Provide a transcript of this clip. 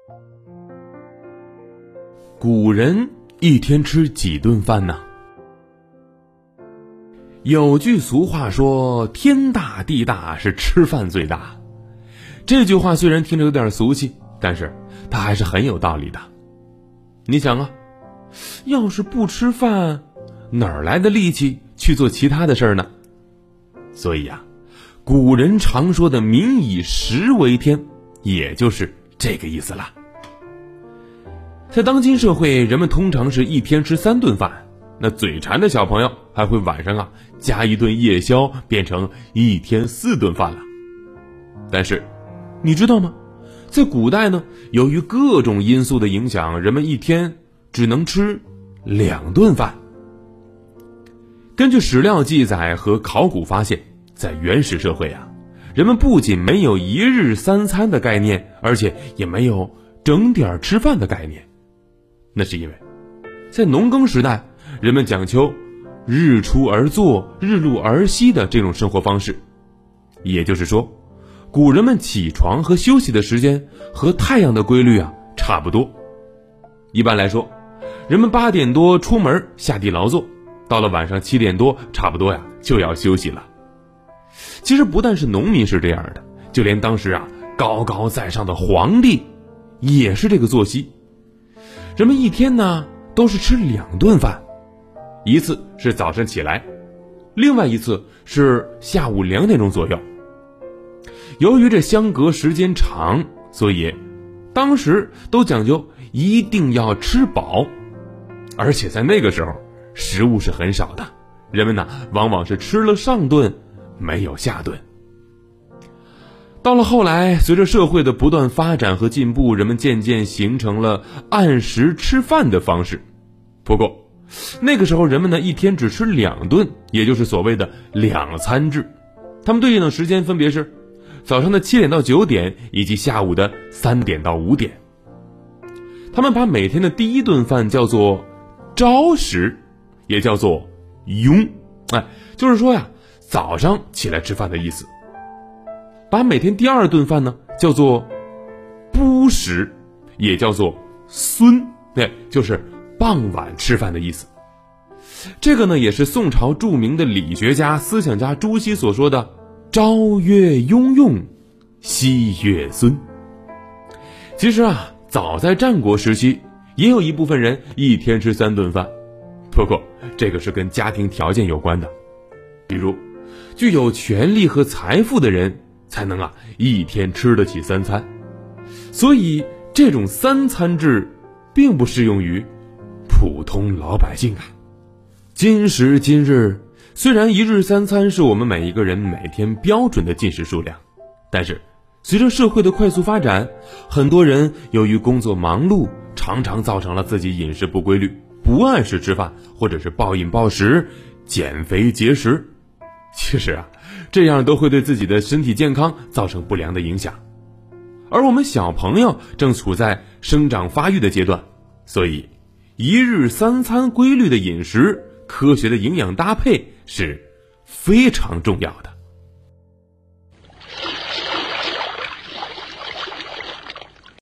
古人一天吃几顿饭呢？有句俗话说，天大地大，是吃饭最大。这句话虽然听着有点俗气，但是它还是很有道理的。你想啊，要是不吃饭，哪儿来的力气去做其他的事儿呢？所以啊，古人常说的民以食为天，也就是这个意思了。在当今社会，人们通常是一天吃3顿饭，那嘴馋的小朋友还会晚上加一顿夜宵，变成一天4顿饭了。但是你知道吗，在古代呢，由于各种因素的影响，人们一天只能吃2顿饭。根据史料记载和考古发现，在原始社会人们不仅没有一日3餐的概念，而且也没有整点吃饭的概念。那是因为在农耕时代，人们讲究日出而作，日落而息的这种生活方式。也就是说，古人们起床和休息的时间和太阳的规律差不多。一般来说，人们8点多出门下地劳作，到了晚上7点多差不多就要休息了。其实不但是农民是这样的，就连当时高高在上的皇帝也是这个作息。人们一天都是吃2顿饭，一次是早晨起来，另外一次是下午2点钟左右。由于这相隔时间长，所以当时都讲究一定要吃饱，而且在那个时候食物是很少的，人们往往是吃了上顿没有下顿。到了后来，随着社会的不断发展和进步，人们渐渐形成了按时吃饭的方式。不过那个时候人们一天只吃2顿，也就是所谓的2餐制。他们对应的时间分别是早上的7点到9点，以及下午的3点到5点。他们把每天的第1顿饭叫做朝食，也叫做酉，就是说早上起来吃饭的意思。把每天第2顿饭叫做晡食，也叫做孙，就是傍晚吃饭的意思。这个也是宋朝著名的理学家、思想家朱熹所说的朝曰雍用，夕曰孙。其实早在战国时期，也有一部分人一天吃3顿饭，不过这个是跟家庭条件有关的。比如具有权力和财富的人才能一天吃得起3餐，所以这种3餐制并不适用于普通老百姓今时今日，虽然1日3餐是我们每一个人每天标准的进食数量，但是随着社会的快速发展，很多人由于工作忙碌，常常造成了自己饮食不规律，不按时吃饭，或者是暴饮暴食，减肥节食。其实这样都会对自己的身体健康造成不良的影响。而我们小朋友正处在生长发育的阶段，所以1日3餐规律的饮食，科学的营养搭配是非常重要的。